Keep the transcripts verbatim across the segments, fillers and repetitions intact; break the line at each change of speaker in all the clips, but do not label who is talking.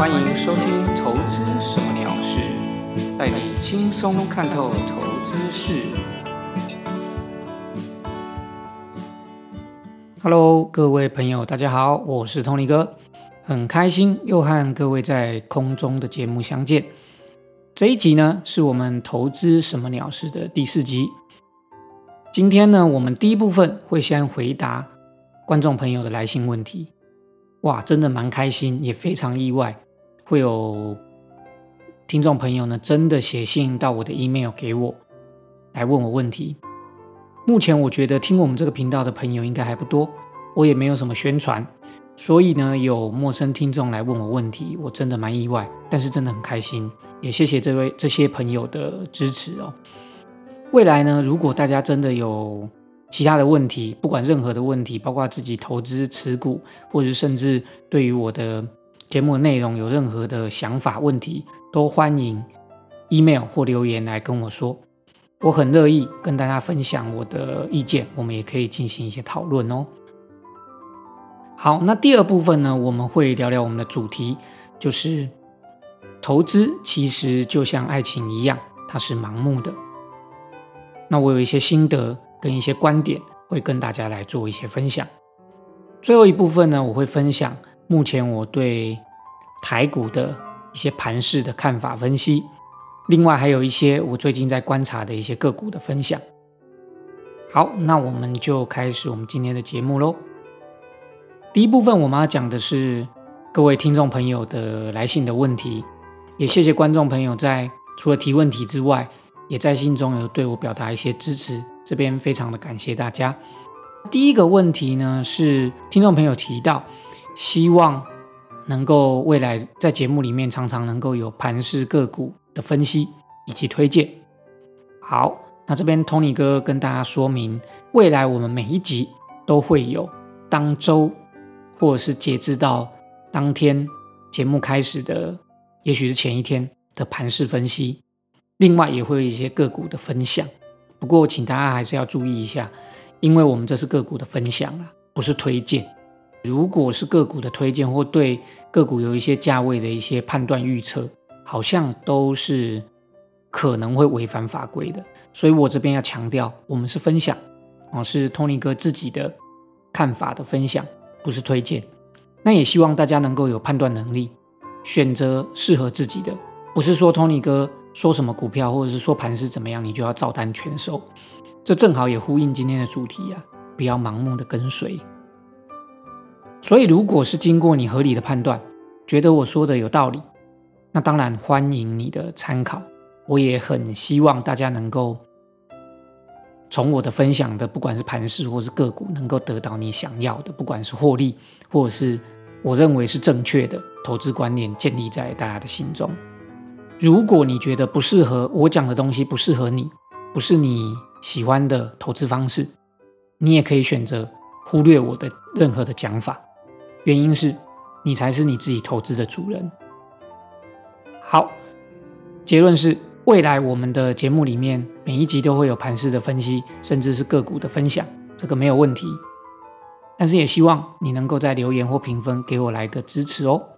欢迎收听《投资什么鸟事》，带你轻松看透投资事。Hello， 各位朋友，大家好，我是 Tony 哥，很开心又和各位在空中的节目相见。这一集呢，是我们《投资什么鸟事》的第四集。今天呢，我们第一部分会先回答观众朋友的来信问题。哇，真的蛮开心，也非常意外，会有听众朋友呢真的写信到我的 email 给我，来问我问题。目前我觉得听我们这个频道的朋友应该还不多，我也没有什么宣传，所以呢有陌生听众来问我问题，我真的蛮意外，但是真的很开心，也谢谢这位这些朋友的支持哦。未来呢，如果大家真的有其他的问题，不管任何的问题，包括自己投资持股，或者是甚至对于我的节目的内容有任何的想法问题，都欢迎 email 或留言来跟我说，我很乐意跟大家分享我的意见，我们也可以进行一些讨论哦。好，那第二部分呢，我们会聊聊我们的主题，就是投资其实就像爱情一样，它是盲目的。那我有一些心得跟一些观点会跟大家来做一些分享。最后一部分呢，我会分享目前我对台股的一些盘势的看法分析，另外还有一些我最近在观察的一些个股的分享。好，那我们就开始我们今天的节目咯。第一部分我们要讲的是各位听众朋友的来信的问题，也谢谢观众朋友在除了提问题之外，也在信中有对我表达一些支持，这边非常的感谢大家。第一个问题呢，是听众朋友提到希望能够未来在节目里面常常能够有盘势个股的分析以及推荐。好，那这边 Tony 哥跟大家说明，未来我们每一集都会有当周或者是截至到当天节目开始的，也许是前一天的盘势分析，另外也会有一些个股的分享。不过请大家还是要注意一下，因为我们这是个股的分享啦，不是推荐。如果是个股的推荐或对个股有一些价位的一些判断预测，好像都是可能会违反法规的，所以我这边要强调，我们是分享，是 Tony 哥自己的看法的分享，不是推荐。那也希望大家能够有判断能力，选择适合自己的，不是说 Tony 哥说什么股票或者是说盘势怎么样你就要照单全收，这正好也呼应今天的主题啊，不要盲目的跟随。所以如果是经过你合理的判断，觉得我说的有道理，那当然欢迎你的参考。我也很希望大家能够从我的分享的不管是盘势或是个股能够得到你想要的，不管是获利或者是我认为是正确的投资观念建立在大家的心中。如果你觉得不适合我讲的东西，不适合你，不是你喜欢的投资方式，你也可以选择忽略我的任何的讲法，原因是你才是你自己投资的主人。好，结论是未来我们的节目里面每一集都会有盘势的分析，甚至是个股的分享，这个没有问题。但是也希望你能够在留言或评分给我来个支持哦。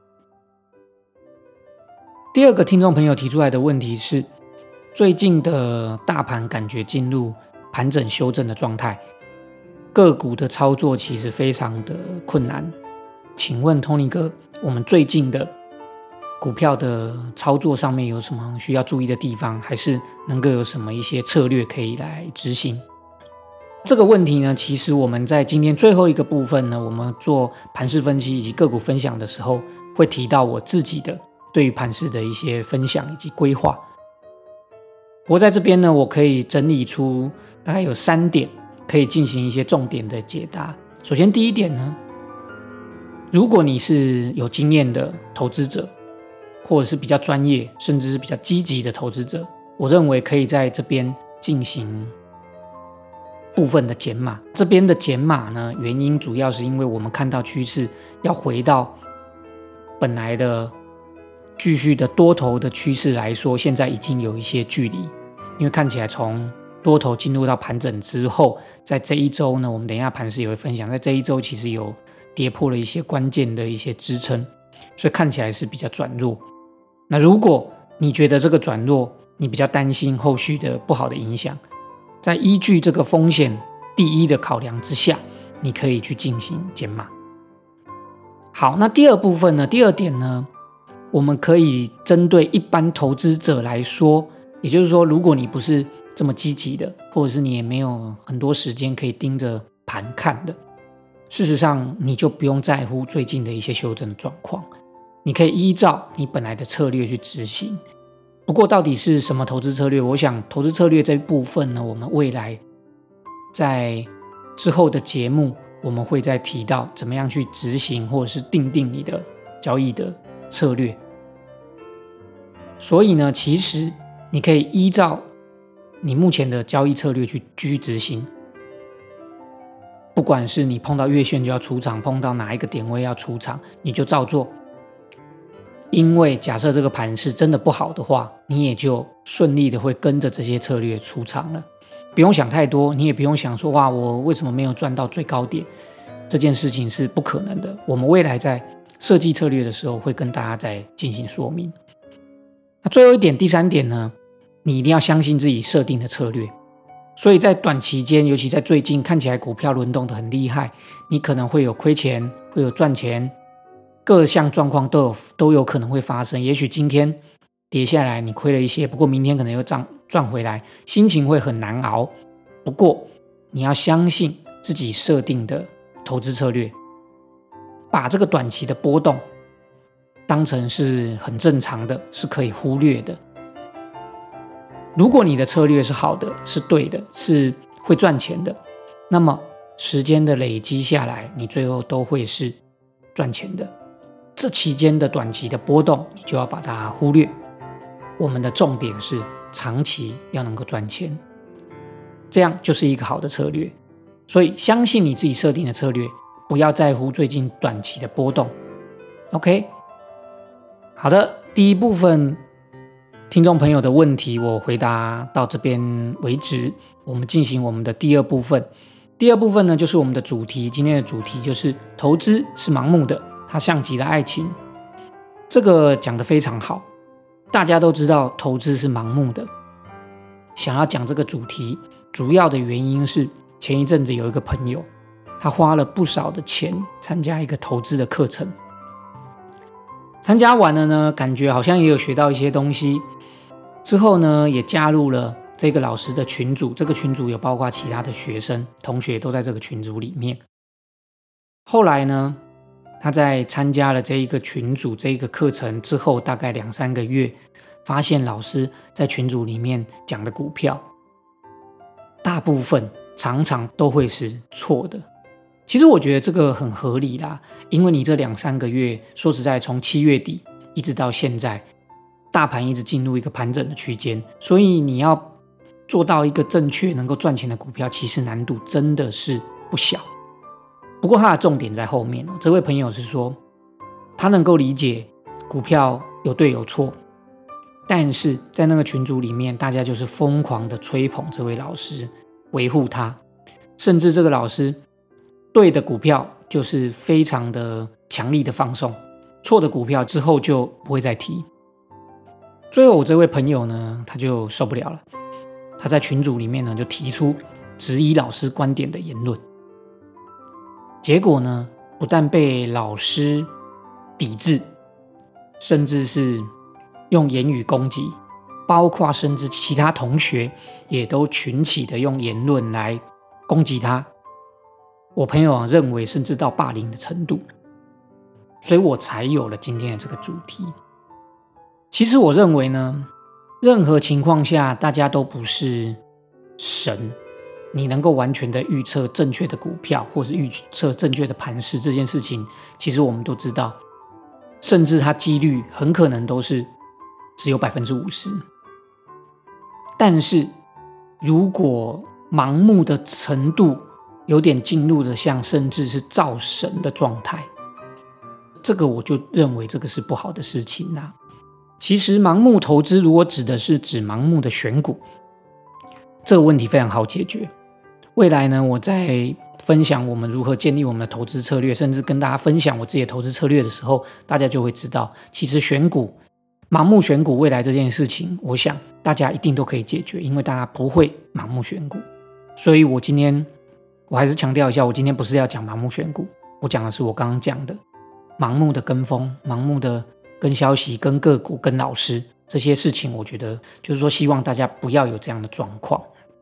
第二个听众朋友提出来的问题是，最近的大盘感觉进入盘整修正的状态，个股的操作其实非常的困难。请问 Tony 哥，我们最近的股票的操作上面有什么需要注意的地方，还是能够有什么一些策略可以来执行？这个问题呢，其实我们在今天最后一个部分呢，我们做盘势分析以及个股分享的时候，会提到我自己的对于盘势的一些分享以及规划。不过在这边呢，我可以整理出大概有三点可以进行一些重点的解答。首先第一点呢，如果你是有经验的投资者，或者是比较专业甚至是比较积极的投资者，我认为可以在这边进行部分的减码。这边的减码呢，原因主要是因为我们看到趋势要回到本来的继续的多头的趋势来说，现在已经有一些距离，因为看起来从多头进入到盘整之后，在这一周呢，我们等一下盘势也会分享，在这一周其实有跌破了一些关键的一些支撑， 所以看起来是比较转弱。那如果你觉得这个转弱，你比较担心后续的不好的影响，在依据这个风险第一的考量之下，你可以去进行减码。好，那第二部分呢，第二点呢，我们可以针对一般投资者来说，也就是说，如果你不是这么积极的，或者是你也没有很多时间可以盯着盘看的，事实上你就不用在乎最近的一些修正的状况，你可以依照你本来的策略去执行。不过到底是什么投资策略，我想投资策略这一部分呢，我们未来在之后的节目我们会再提到怎么样去执行或者是订定你的交易的策略。所以呢，其实你可以依照你目前的交易策略去继续执行，不管是你碰到月线就要出场，碰到哪一个点位要出场，你就照做。因为假设这个盘是真的不好的话，你也就顺利的会跟着这些策略出场了，不用想太多，你也不用想说哇，我为什么没有赚到最高点，这件事情是不可能的。我们未来在设计策略的时候会跟大家再进行说明。那最后一点，第三点呢，你一定要相信自己设定的策略。所以在短期间，尤其在最近看起来股票轮动的很厉害，你可能会有亏钱，会有赚钱，各项状况都有都有可能会发生。也许今天跌下来你亏了一些，不过明天可能又赚赚回来，心情会很难熬。不过你要相信自己设定的投资策略，把这个短期的波动当成是很正常的，是可以忽略的。如果你的策略是好的，是对的，是会赚钱的，那么时间的累积下来，你最后都会是赚钱的。这期间的短期的波动，你就要把它忽略。我们的重点是长期要能够赚钱，这样就是一个好的策略。所以相信你自己设定的策略，不要在乎最近短期的波动。 OK， 好的，第一部分听众朋友的问题我回答到这边为止，我们进行我们的第二部分。第二部分呢，就是我们的主题，今天的主题就是投资是盲目的，它像极了爱情。这个讲得非常好，大家都知道投资是盲目的。想要讲这个主题，主要的原因是前一阵子有一个朋友，他花了不少的钱参加一个投资的课程，参加完了呢，感觉好像也有学到一些东西，之后呢也加入了这个老师的群组，这个群组有包括其他的学生同学都在这个群组里面。后来呢，他在参加了这一个群组这一个课程之后，大概两三个月，发现老师在群组里面讲的股票大部分常常都会是错的。其实我觉得这个很合理啦，因为你这两三个月，说实在从七月底一直到现在，大盘一直进入一个盘整的区间，所以你要做到一个正确能够赚钱的股票，其实难度真的是不小。不过他的重点在后面，这位朋友是说他能够理解股票有对有错，但是在那个群组里面，大家就是疯狂的吹捧这位老师，维护他，甚至这个老师对的股票就是非常的强力的放送，错的股票之后就不会再提。最后我这位朋友呢，他就受不了了，他在群组里面呢就提出质疑老师观点的言论，结果呢不但被老师抵制，甚至是用言语攻击，包括甚至其他同学也都群起的用言论来攻击他。我朋友、啊、认为甚至到霸凌的程度，所以我才有了今天的这个主题。其实我认为呢，任何情况下大家都不是神，你能够完全的预测正确的股票或是预测正确的盘势，这件事情其实我们都知道，甚至它几率很可能都是只有 百分之五十。 但是如果盲目的程度有点进入的像甚至是造神的状态，这个我就认为这个是不好的事情啦。其实盲目投资如果指的是指盲目的选股，这个问题非常好解决。未来呢，我在分享我们如何建立我们的投资策略，甚至跟大家分享我自己的投资策略的时候，大家就会知道，其实选股盲目选股未来这件事情，我想大家一定都可以解决，因为大家不会盲目选股。所以我今天我还是强调一下，我今天不是要讲盲目选股，我讲的是我刚刚讲的盲目的跟风，盲目的跟消息、跟个股、跟老师这些事情，我觉得就是说希望大家不要有这样的状况。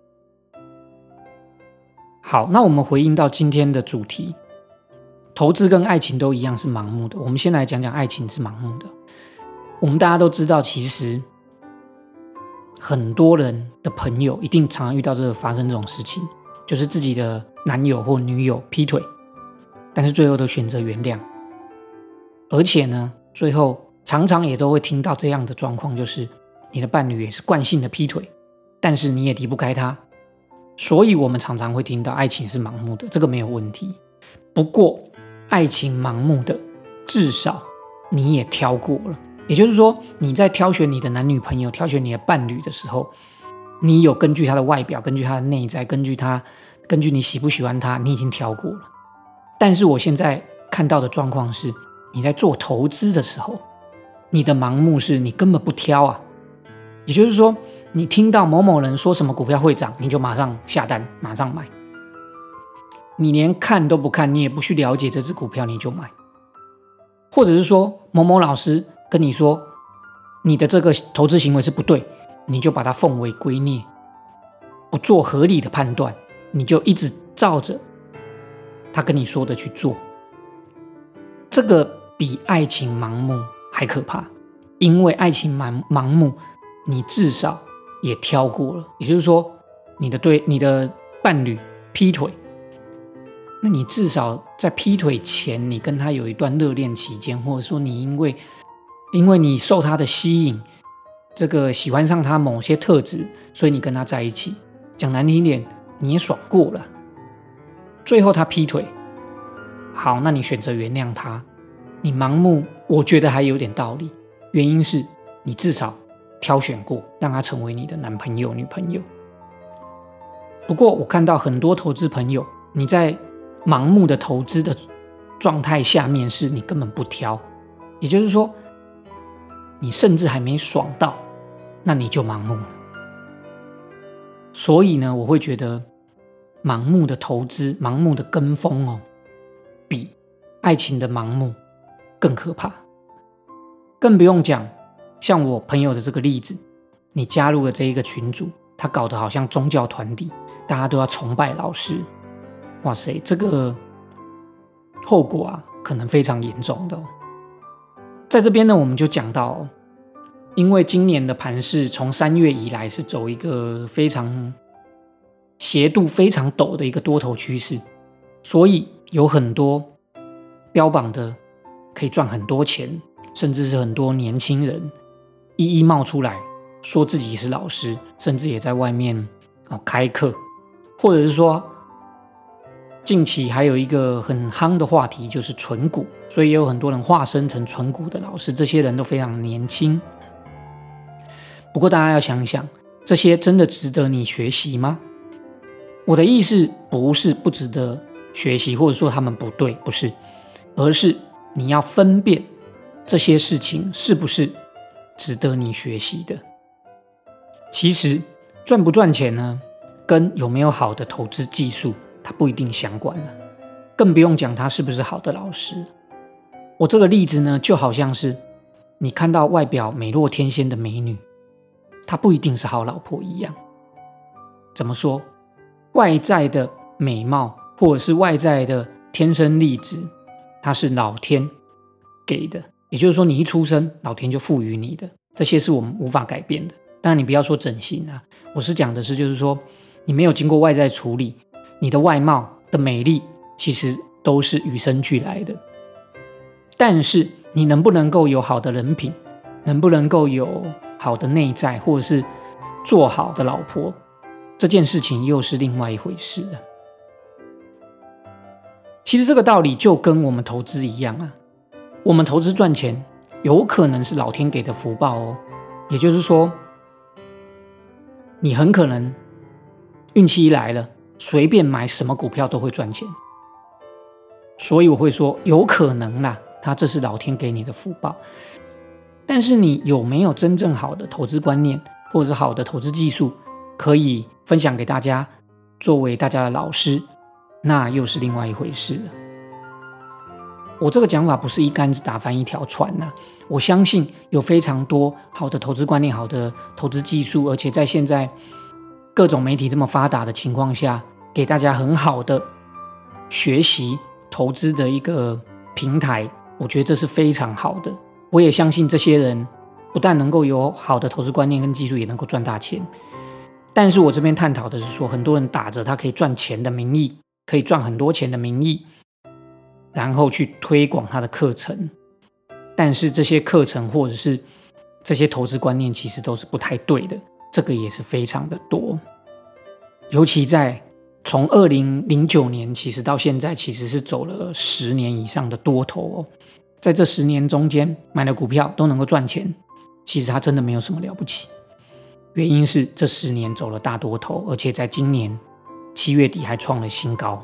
好，那我们回应到今天的主题，投资跟爱情都一样是盲目的。我们先来讲讲爱情是盲目的。我们大家都知道，其实很多人的朋友一定常常遇到这个发生这种事情，就是自己的男友或女友劈腿，但是最后都选择原谅。而且呢，最后常常也都会听到这样的状况，就是你的伴侣也是惯性的劈腿，但是你也离不开他。所以我们常常会听到爱情是盲目的，这个没有问题。不过爱情盲目的，至少你也挑过了。也就是说，你在挑选你的男女朋友、挑选你的伴侣的时候，你有根据他的外表、根据他的内在、根据他、根据你喜不喜欢他，你已经挑过了。但是我现在看到的状况是，你在做投资的时候，你的盲目是你根本不挑啊。也就是说，你听到某某人说什么股票会涨，你就马上下单，马上买。你连看都不看，你也不去了解这只股票，你就买。或者是说，某某老师跟你说你的这个投资行为是不对，你就把它奉为圭臬，不做合理的判断，你就一直照着他跟你说的去做。这个比爱情盲目还可怕，因为爱情盲盲目，你至少也挑过了。也就是说，你的对你的伴侣劈腿，那你至少在劈腿前，你跟他有一段热恋期间，或者说你因为因为你受他的吸引，这个喜欢上他某些特质，所以你跟他在一起。讲难听一点，你也爽过了。最后他劈腿，好，那你选择原谅他，你盲目，我觉得还有点道理。原因是你至少挑选过，让他成为你的男朋友、女朋友。不过我看到很多投资朋友，你在盲目的投资的状态下面，是你根本不挑，也就是说，你甚至还没爽到，那你就盲目了。所以呢，我会觉得盲目的投资、盲目的跟风哦，比爱情的盲目更可怕。更不用讲，像我朋友的这个例子，你加入了这一个群组，他搞得好像宗教团体，大家都要崇拜老师。哇塞，这个后果啊，可能非常严重的哦。在这边呢，我们就讲到哦，因为今年的盘势从三月以来是走一个非常斜度非常陡的一个多头趋势，所以有很多标榜的可以赚很多钱，甚至是很多年轻人一一冒出来说自己是老师，甚至也在外面开课，或者是说近期还有一个很夯的话题就是存股，所以也有很多人化身成存股的老师，这些人都非常年轻。不过大家要想想，这些真的值得你学习吗？我的意思不是不值得学习，或者说他们不对，不是，而是你要分辨这些事情是不是值得你学习的。其实赚不赚钱呢，跟有没有好的投资技术它不一定相关了，更不用讲他是不是好的老师。我这个例子呢，就好像是你看到外表美若天仙的美女，她不一定是好老婆一样。怎么说？外在的美貌或者是外在的天生丽质，它是老天给的，也就是说你一出生老天就赋予你的，这些是我们无法改变的。当然你不要说整形啊，我是讲的是就是说你没有经过外在处理，你的外貌的美丽其实都是与生俱来的。但是你能不能够有好的人品，能不能够有好的内在，或者是做好的老婆，这件事情又是另外一回事了。其实这个道理就跟我们投资一样啊，我们投资赚钱有可能是老天给的福报哦，也就是说你很可能运气一来了， 随便买什么股票都会赚钱。所以我会说有可能啦，它这是老天给你的福报。但是你有没有真正好的投资观念或者是好的投资技术可以分享给大家，作为大家的老师，那又是另外一回事了。我这个讲法不是一竿子打翻一条船啊，我相信有非常多好的投资观念、好的投资技术，而且在现在各种媒体这么发达的情况下，给大家很好的学习投资的一个平台，我觉得这是非常好的。我也相信这些人不但能够有好的投资观念跟技术，也能够赚大钱。但是我这边探讨的是说，很多人打着他可以赚钱的名义，可以赚很多钱的名义，然后去推广他的课程，但是这些课程或者是这些投资观念其实都是不太对的，这个也是非常的多。尤其在从二零零九年其实到现在，其实是走了十年以上的多头哦。在这十年中间买的股票都能够赚钱，其实它真的没有什么了不起。原因是这十年走了大多头，而且在今年七月底还创了新高。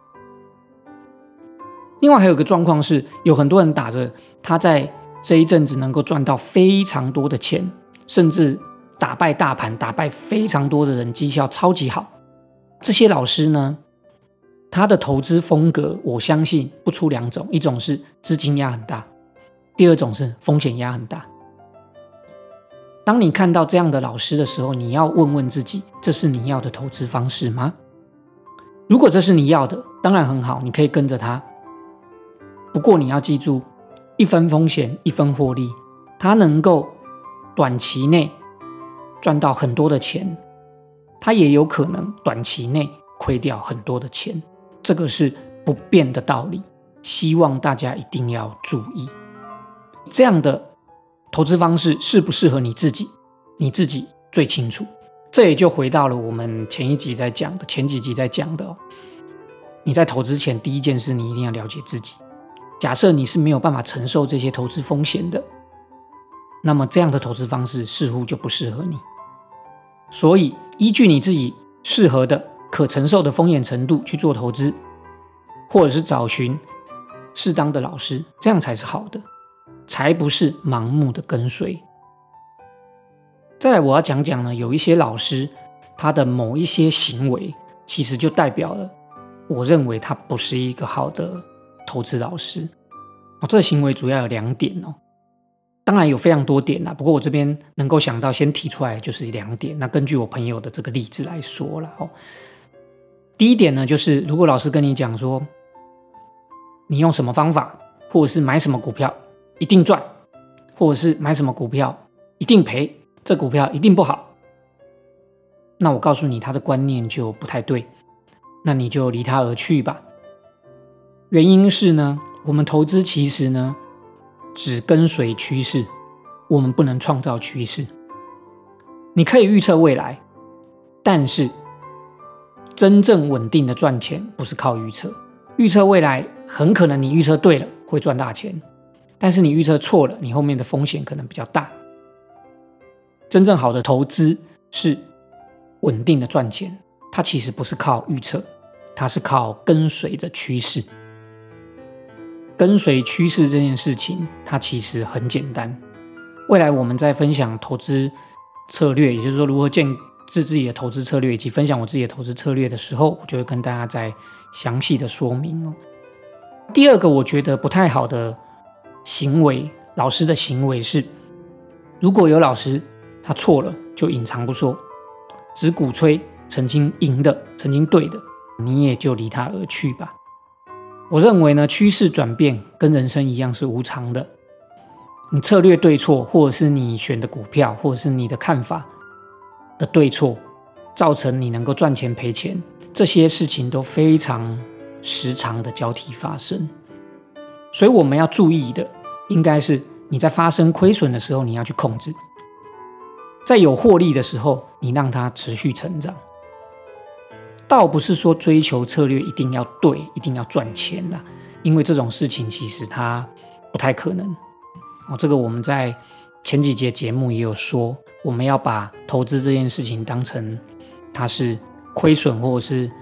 另外还有一个状况是，有很多人打着他在这一阵子能够赚到非常多的钱，甚至打败大盘，打败非常多的人，绩效超级好。这些老师呢，他的投资风格我相信不出两种，一种是资金压很大，第二种是风险压很大。当你看到这样的老师的时候，你要问问自己，这是你要的投资方式吗？如果这是你要的，当然很好，你可以跟着他。不过你要记住，一分风险一分获利，他能够短期内赚到很多的钱，他也有可能短期内亏掉很多的钱，这个是不变的道理，希望大家一定要注意。这样的投资方式适不适合你自己，你自己最清楚。这也就回到了我们前一集在讲的，前几集在讲的哦。你在投资前第一件事，你一定要了解自己。假设你是没有办法承受这些投资风险的，那么这样的投资方式似乎就不适合你。所以依据你自己适合的可承受的风险程度去做投资，或者是找寻适当的老师，这样才是好的，才不是盲目的跟随。再来我要讲讲呢，有一些老师他的某一些行为其实就代表了我认为他不是一个好的投资老师。哦，这个行为主要有两点哦，当然有非常多点啦，不过我这边能够想到先提出来就是两点。那根据我朋友的这个例子来说啦哦，第一点呢，就是如果老师跟你讲说，你用什么方法，或者是买什么股票一定赚，或者是买什么股票一定赔，这股票一定不好，那我告诉你他的观念就不太对，那你就离他而去吧。原因是呢，我们投资其实呢只跟随趋势，我们不能创造趋势。你可以预测未来，但是真正稳定的赚钱不是靠预测。预测未来很可能你预测对了会赚大钱，但是你预测错了，你后面的风险可能比较大。真正好的投资是稳定的赚钱，它其实不是靠预测，它是靠跟随着趋势。跟随趋势这件事情它其实很简单，未来我们在分享投资策略，也就是说如何建制自己的投资策略，以及分享我自己的投资策略的时候，我就会跟大家再详细的说明哦。第二个我觉得不太好的行为，老师的行为是，如果有老师他错了就隐藏不说，只鼓吹曾经赢的曾经对的，你也就离他而去吧。我认为呢，趋势转变跟人生一样是无常的，你策略对错，或者是你选的股票，或者是你的看法的对错，造成你能够赚钱赔钱，这些事情都非常时常的交替发生。所以我们要注意的应该是你在发生亏损的时候你要去控制，在有获利的时候你让它持续成长。倒不是说追求策略一定要对，一定要赚钱啦，因为这种事情其实它不太可能。哦，这个我们在前几节节目也有说，我们要把投资这件事情当成它是亏损或者是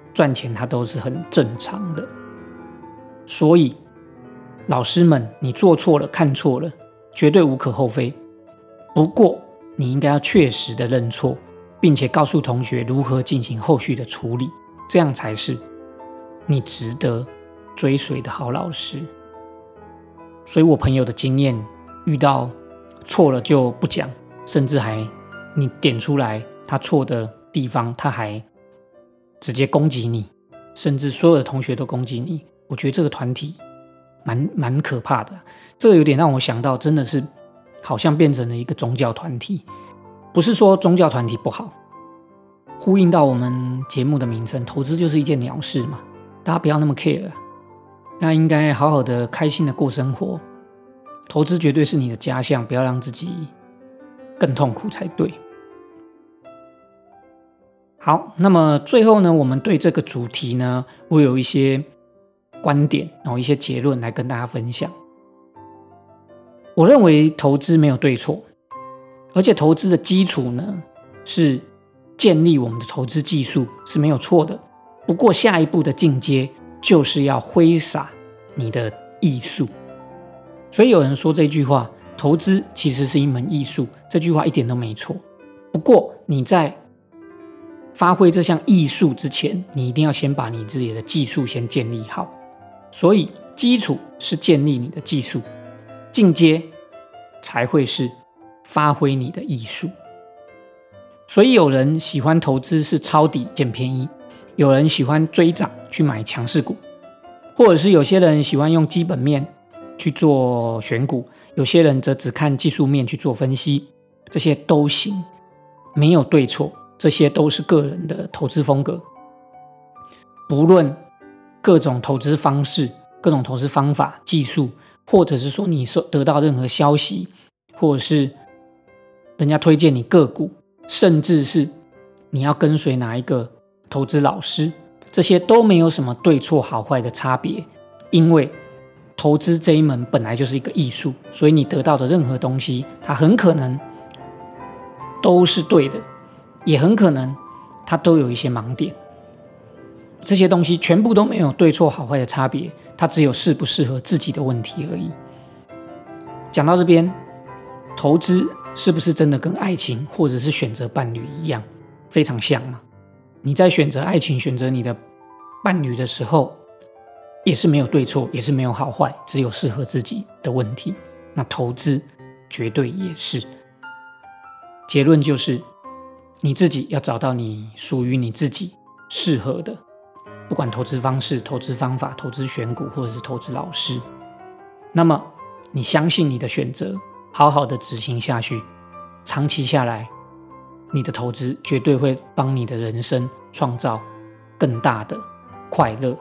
赚钱它都是很正常的。所以老师们，你做错了看错了绝对无可厚非，不过你应该要确实的认错，并且告诉同学如何进行后续的处理，这样才是你值得追随的好老师。所以我朋友的经验，遇到错了就不讲，甚至还你点出来他错的地方，他还直接攻击你，甚至所有的同学都攻击你。我觉得这个团体蛮蛮可怕的，这个有点让我想到，真的是好像变成了一个宗教团体。不是说宗教团体不好，呼应到我们节目的名称，投资就是一件鸟事嘛，大家不要那么 care， 那应该好好的开心的过生活。投资绝对是你的家项，不要让自己更痛苦才对。好，那么最后呢，我们对这个主题呢，我有一些观点，然后一些结论来跟大家分享。我认为投资没有对错，而且投资的基础呢，是建立我们的投资技术是没有错的。不过下一步的进阶就是要挥洒你的艺术。所以有人说这句话，投资其实是一门艺术，这句话一点都没错。不过你在发挥这项艺术之前，你一定要先把你自己的技术先建立好。所以基础是建立你的技术，进阶才会是发挥你的艺术。所以有人喜欢投资是抄底捡便宜，有人喜欢追涨去买强势股，或者是有些人喜欢用基本面去做选股，有些人则只看技术面去做分析，这些都行，没有对错，这些都是个人的投资风格。不论各种投资方式、各种投资方法、技术，或者是说你得到任何消息，或者是人家推荐你个股，甚至是你要跟随哪一个投资老师，这些都没有什么对错好坏的差别。因为投资这一门本来就是一个艺术，所以你得到的任何东西，它很可能都是对的，也很可能它都有一些盲点。这些东西全部都没有对错好坏的差别，它只有适不适合自己的问题而已。讲到这边，投资是不是真的跟爱情或者是选择伴侣一样，非常像吗？你在选择爱情、选择你的伴侣的时候，也是没有对错，也是没有好坏，只有适合自己的问题。那投资绝对也是。结论就是，你自己要找到你属于你自己适合的，不管投资方式、投资方法、投资选股或者是投资老师，那么你相信你的选择，好好的执行下去，长期下来，你的投资绝对会帮你的人生创造更大的快乐。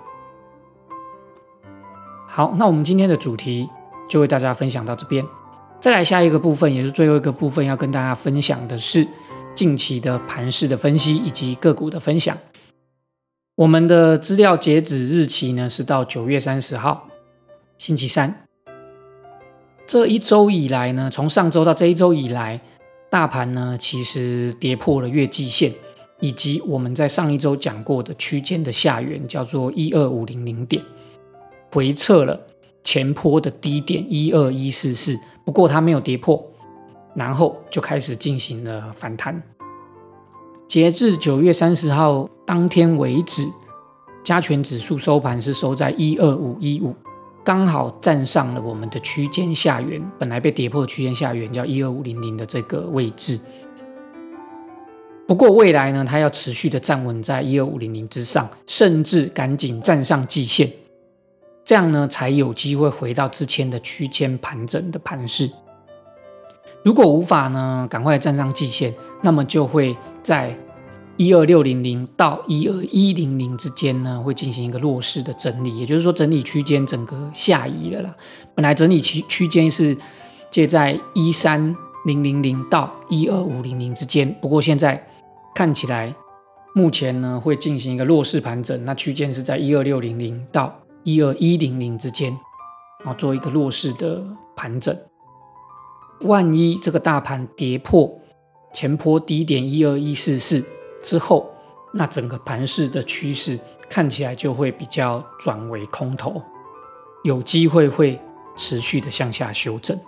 好，那我们今天的主题就为大家分享到这边。再来下一个部分，也是最后一个部分，要跟大家分享的是近期的盘势的分析以及个股的分享。我们的资料截止日期呢是到九月三十号，星期三。这一周以来呢，从上周到这一周以来，大盘呢其实跌破了月季线，以及我们在上一周讲过的区间的下缘，叫做一二五零零点，回撤了前波的低点一二一四四，不过它没有跌破，然后就开始进行了反弹。截至九月三十号当天为止，加权指数收盘是收在一二五一五，刚好站上了我们的区间下缘，本来被跌破区间下缘叫一二五零零的这个位置。不过未来呢，它要持续的站稳在一二五零零之上，甚至赶紧站上季线，这样呢才有机会回到之前的区间盘整的盘势。如果无法呢赶快站上季线，那么就会在一二六零零到一二一零零之间呢会进行一个弱势的整理，也就是说整理区间整个下移了啦。本来整理区间是介在一三零零零到一二五零零之间，不过现在看起来目前呢会进行一个弱势盘整，那区间是在一二六零零到一二一零零之间，然后做一个弱势的盘整。万一这个大盘跌破前波低点一二一四四之后，那整个盘势的趋势看起来就会比较转为空头，有机会会持续的向下修正。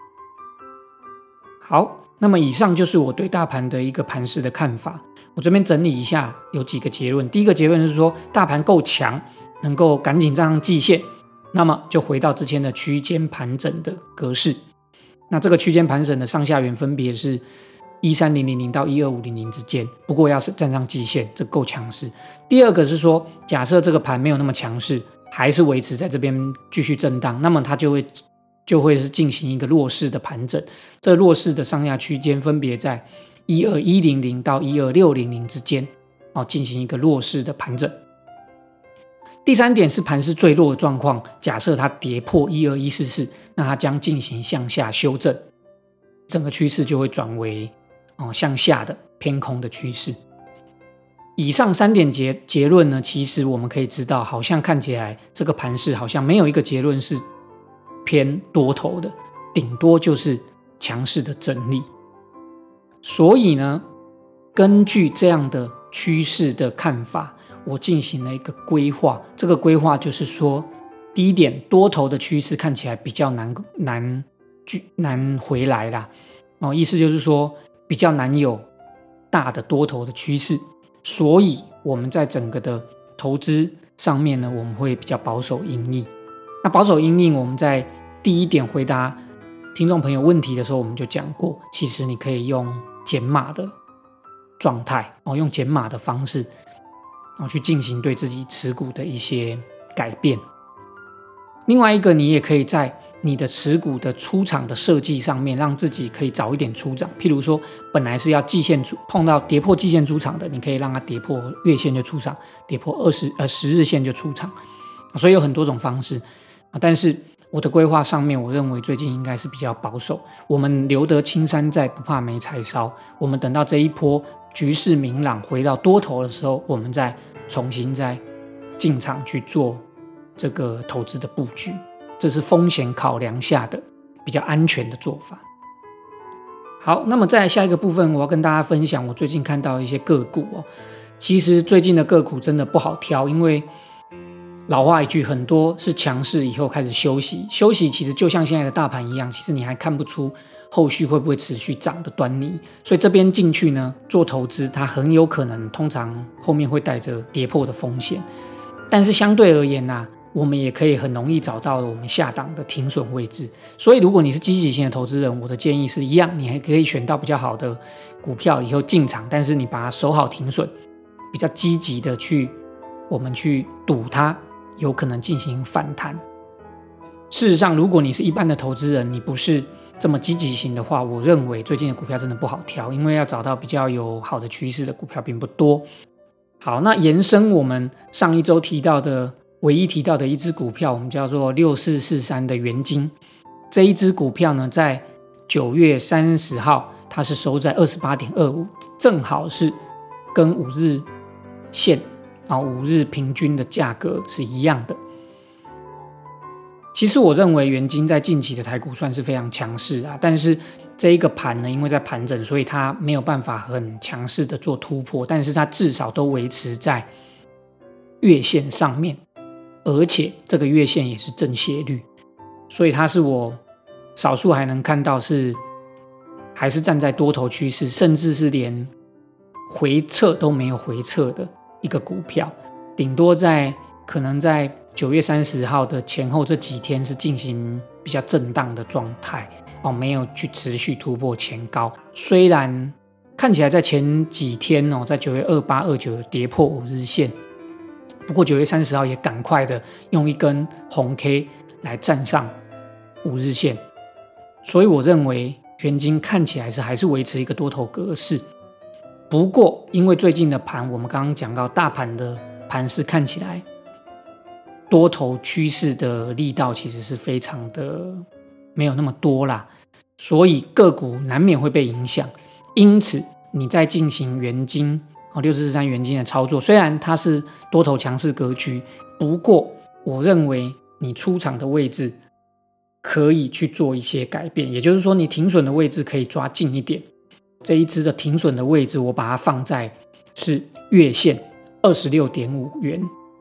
好，那么以上就是我对大盘的一个盘势的看法。我这边整理一下，有几个结论。第一个结论是说，大盘够强，能够赶紧站上季线，那么就回到之前的区间盘整的格式。那这个区间盘整的上下缘分别是一三零零零到一二五零零之间，不过要是站上季线，这够强势。第二个是说，假设这个盘没有那么强势，还是维持在这边继续震荡，那么它就会就会是进行一个弱势的盘整。这弱势的上下区间分别在一二一零零到一二六零零之间，哦，进行一个弱势的盘整。第三点是盘势最弱的状况，假设它跌破一二一四四，那它将进行向下修正，整个趋势就会转为、哦、向下的偏空的趋势。以上三点 结, 结论呢，其实我们可以知道，好像看起来这个盘势好像没有一个结论是偏多头的，顶多就是强势的整理。所以呢，根据这样的趋势的看法，我进行了一个规划。这个规划就是说，第一点，多头的趋势看起来比较难难难回来啦。哦，意思就是说，比较难有大的多头的趋势。所以我们在整个的投资上面呢，我们会比较保守因应。那保守因应，我们在第一点回答听众朋友问题的时候，我们就讲过，其实你可以用减码的状态，哦，用减码的方式，哦，去进行对自己持股的一些改变。另外一个，你也可以在你的持股的出场的设计上面，让自己可以早一点出场。譬如说，本来是要季线出，碰到跌破季线出场的，你可以让它跌破月线就出场，跌破二十呃十日线就出场。所以有很多种方式，但是我的规划上面，我认为最近应该是比较保守。我们留得青山在，不怕没柴烧。我们等到这一波局势明朗，回到多头的时候，我们再重新再进场去做这个投资的布局。这是风险考量下的比较安全的做法。好，那么在下一个部分，我要跟大家分享我最近看到一些个股哦。其实最近的个股真的不好挑，因为老话一句，很多是强势以后开始休息，休息其实就像现在的大盘一样，其实你还看不出后续会不会持续涨的端倪。所以这边进去呢，做投资，它很有可能通常后面会带着跌破的风险。但是相对而言啊，我们也可以很容易找到我们下档的停损位置。所以如果你是积极型的投资人，我的建议是一样，你还可以选到比较好的股票以后进场，但是你把它守好停损，比较积极的去我们去赌它有可能进行反弹。事实上，如果你是一般的投资人，你不是这么积极型的话，我认为最近的股票真的不好挑，因为要找到比较有好的趋势的股票并不多。好，那延伸我们上一周提到的唯一提到的一只股票，我们叫做六四四三的元晶。这一只股票呢，在九月三十号，它是收在 二十八点二五， 正好是跟五日线啊，五日平均的价格是一样的。其实我认为元晶在近期的台股算是非常强势啊，但是这一个盘呢，因为在盘整，所以它没有办法很强势的做突破，但是它至少都维持在月线上面，而且这个月线也是正斜率，所以它是我少数还能看到是还是站在多头趋势，甚至是连回撤都没有回撤的一个股票，顶多在可能在九月三十号的前后这几天是进行比较震荡的状态哦，没有去持续突破前高。虽然看起来在前几天哦，在九月二八、二九跌破五日线，不过九月三十号也赶快的用一根红 K 来站上五日线，所以我认为元晶看起来是还是维持一个多头格式。不过因为最近的盘，我们刚刚讲到大盘的盘势看起来多头趋势的力道其实是非常的没有那么多啦，所以个股难免会被影响。因此你在进行元晶六四四三元晶的操作，虽然它是多头强势格局，不过我认为你出场的位置可以去做一些改变，也就是说你停损的位置可以抓近一点。这一支的停损的位置我把它放在是月线 二十六点五元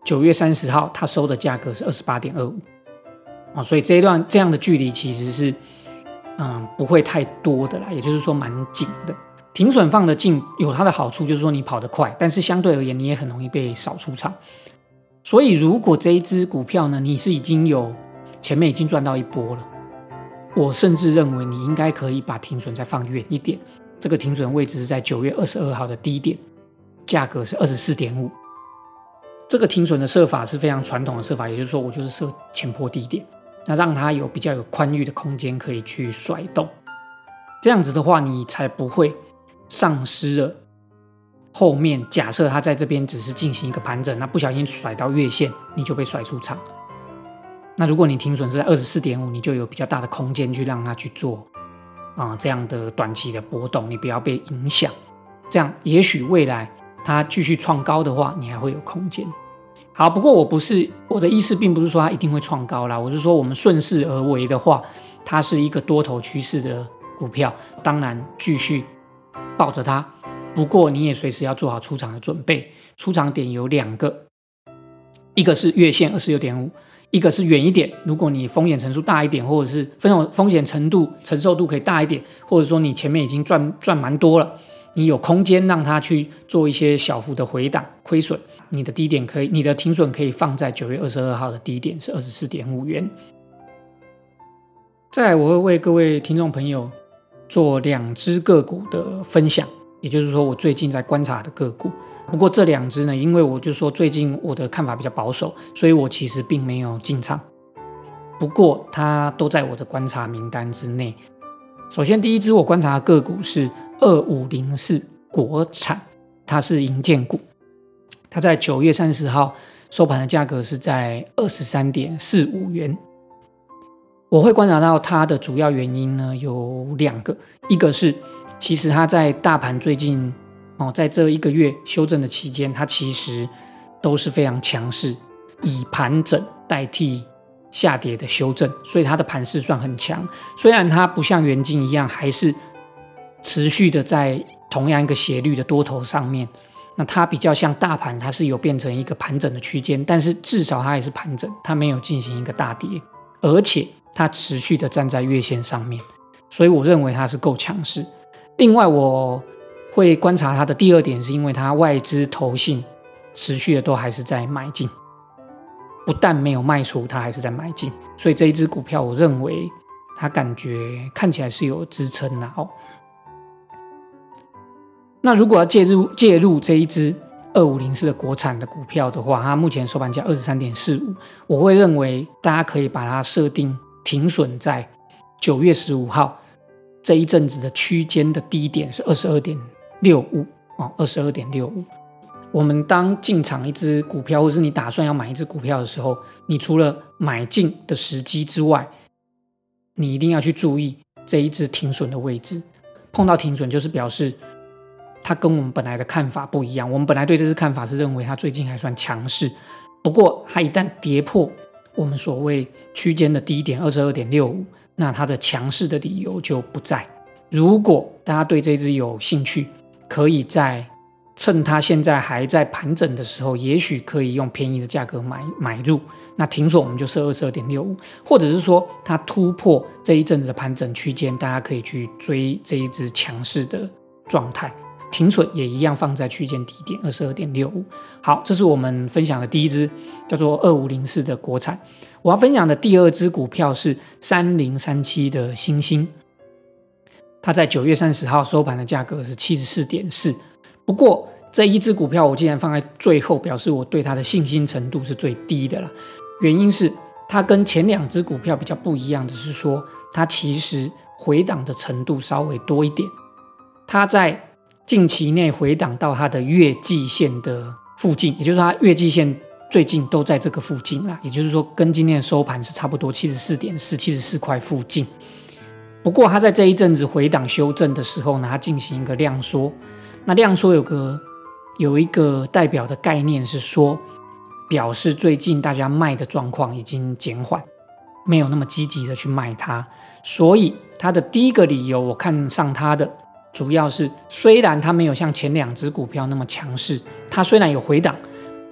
九月三十号它收的价格是 二十八点二五、哦、所以这一段这样的距离其实是嗯不会太多的啦，也就是说蛮近的。停损放得近有它的好处，就是说你跑得快，但是相对而言你也很容易被扫出场。所以如果这一支股票呢，你是已经有前面已经赚到一波了，我甚至认为你应该可以把停损再放远一点。这个停损位置是在九月二十二号的低点，价格是 二十四点五。这个停损的设法是非常传统的设法，也就是说我就是设前波低点，那让它有比较有宽裕的空间可以去甩动。这样子的话你才不会丧失了后面假设它在这边只是进行一个盘整，那不小心甩到月线你就被甩出场。那如果你停损是在 二十四点五， 你就有比较大的空间去让它去做、呃、这样的短期的波动，你不要被影响。这样也许未来它继续创高的话你还会有空间。好，不过我不是我的意思并不是说它一定会创高啦，我是说我们顺势而为的话，它是一个多头趋势的股票，当然继续抱着它，不过你也随时要做好出场的准备。出场点有两个，一个是月线 二十六点五， 一个是远一点，如果你风险程度大一点，或者是风险程度承受度可以大一点，或者说你前面已经赚赚蛮多了，你有空间让它去做一些小幅的回档亏损，你的低点可以，你的停损可以放在九月二十二号的低点是 二十四点五元。再来我会为各位听众朋友做两只个股的分享，也就是说我最近在观察的个股。不过这两只呢，因为我就说最近我的看法比较保守，所以我其实并没有进场，不过它都在我的观察名单之内。首先第一只我观察的个股是二五零四国产，它是营建股，它在九月三十号收盘的价格是在 二十三点四五元。我会观察到它的主要原因呢有两个，一个是其实它在大盘最近、哦、在这一个月修正的期间，它其实都是非常强势，以盘整代替下跌的修正，所以它的盘势算很强。虽然它不像元晶一样还是持续的在同样一个斜率的多头上面，那它比较像大盘，它是有变成一个盘整的区间，但是至少它也是盘整，它没有进行一个大跌，而且它持续的站在月线上面，所以我认为它是够强势。另外我会观察它的第二点，是因为它外资投信持续的都还是在买进，不但没有卖出，它还是在买进，所以这一支股票我认为它感觉看起来是有支撑的、哦、那如果要介入介入这一支二五零四的国产的股票的话，它目前收盘价 二十三点四五， 我会认为大家可以把它设定停损在九月十五号这一阵子的区间的低点是 二十二点六五、哦、二十二点六五。我们当进场一只股票，或是你打算要买一只股票的时候，你除了买进的时机之外，你一定要去注意这一只停损的位置。碰到停损就是表示它跟我们本来的看法不一样，我们本来对这只看法是认为它最近还算强势，不过它一旦跌破我们所谓区间的低点 二十二点六五， 那它的强势的理由就不在。如果大家对这只有兴趣，可以在趁它现在还在盘整的时候，也许可以用便宜的价格 买, 买入，那停损我们就设 二十二点六五， 或者是说它突破这一阵子的盘整区间，大家可以去追这一只强势的状态，停损也一样放在区间低点 二十二点六五。 好，这是我们分享的第一支叫做二五零四的国产。我要分享的第二支股票是三零三七的星星，它在九月三十号收盘的价格是 七十四点四。不过这一支股票我既然放在最后，表示我对它的信心程度是最低的啦。原因是它跟前两支股票比较不一样的是说，它其实回档的程度稍微多一点，它在近期内回档到它的月季线的附近，也就是说它月季线最近都在这个附近啦，也就是说跟今天的收盘是差不多 七十四点四 七十四块附近。不过它在这一阵子回档修正的时候呢，它进行一个量缩。那量缩有个有一个代表的概念是说，表示最近大家卖的状况已经减缓，没有那么积极的去卖它。所以它的第一个理由我看上它的主要是，虽然它没有像前两只股票那么强势，它虽然有回档，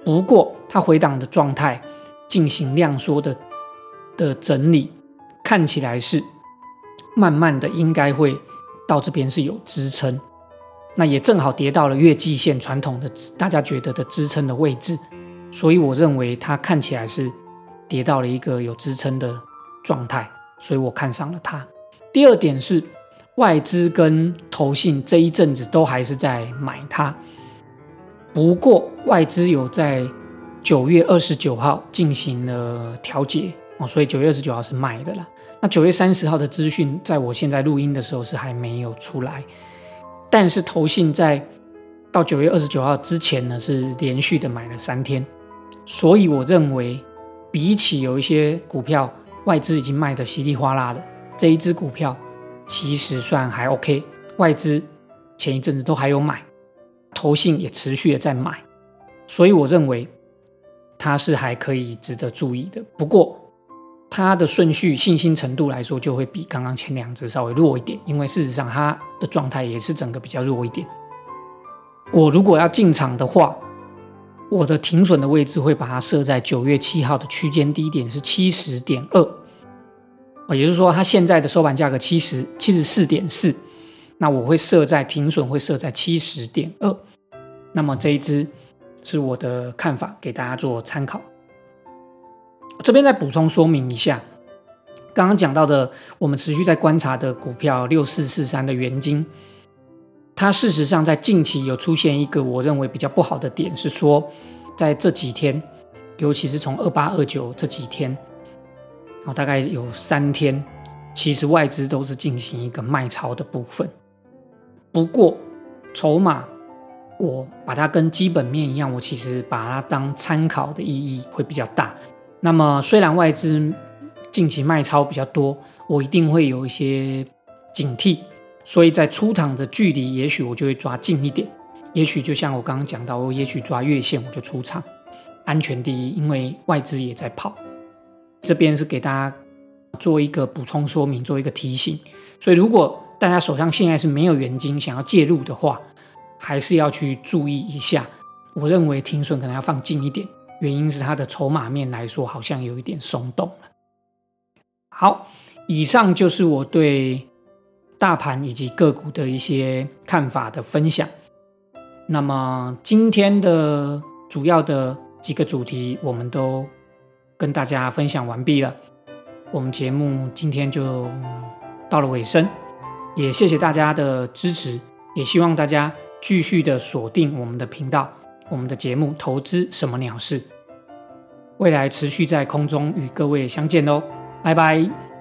不过它回档的状态进行量缩的的整理，看起来是慢慢的应该会到这边是有支撑，那也正好跌到了月季线传统的大家觉得的支撑的位置，所以我认为它看起来是跌到了一个有支撑的状态，所以我看上了它。第二点是外资跟投信这一阵子都还是在买它，不过外资有在九月二十九号进行了调节，哦，所以九月二十九号是卖的啦。那九月三十号的资讯在我现在录音的时候是还没有出来，但是投信在到九月二十九号之前呢是连续的买了三天，所以我认为比起有一些股票外资已经卖得稀里哗啦的，这一支股票其实算还 OK， 外资前一阵子都还有买，投信也持续的在买，所以我认为它是还可以值得注意的。不过它的顺序信心程度来说就会比刚刚前两只稍微弱一点，因为事实上它的状态也是整个比较弱一点。我如果要进场的话，我的停损的位置会把它设在九月七号的区间低点是 七十点二， 也就是说它现在的收盘价格七十 七十四点四， 那我会设在停损会设在 七十点二， 那么这一支是我的看法，给大家做参考。这边再补充说明一下，刚刚讲到的我们持续在观察的股票六四四三的元晶，它事实上在近期有出现一个我认为比较不好的点，是说在这几天，尤其是从二八二九这几天，然后大概有三天，其实外资都是进行一个卖超的部分。不过筹码我把它跟基本面一样，我其实把它当参考的意义会比较大。那么虽然外资近期卖超比较多，我一定会有一些警惕，所以在出场的距离也许我就会抓近一点，也许就像我刚刚讲到，我也许抓月线我就出场，安全第一，因为外资也在跑。这边是给大家做一个补充说明，做一个提醒。所以如果大家手上现在是没有元晶想要介入的话，还是要去注意一下，我认为停损可能要放近一点，原因是它的筹码面来说好像有一点松动了。好，以上就是我对大盘以及个股的一些看法的分享。那么今天的主要的几个主题我们都跟大家分享完毕了，我们节目今天就到了尾声，也谢谢大家的支持，也希望大家继续的锁定我们的频道，我们的节目投资什么鸟事，未来持续在空中与各位相见咯，拜拜。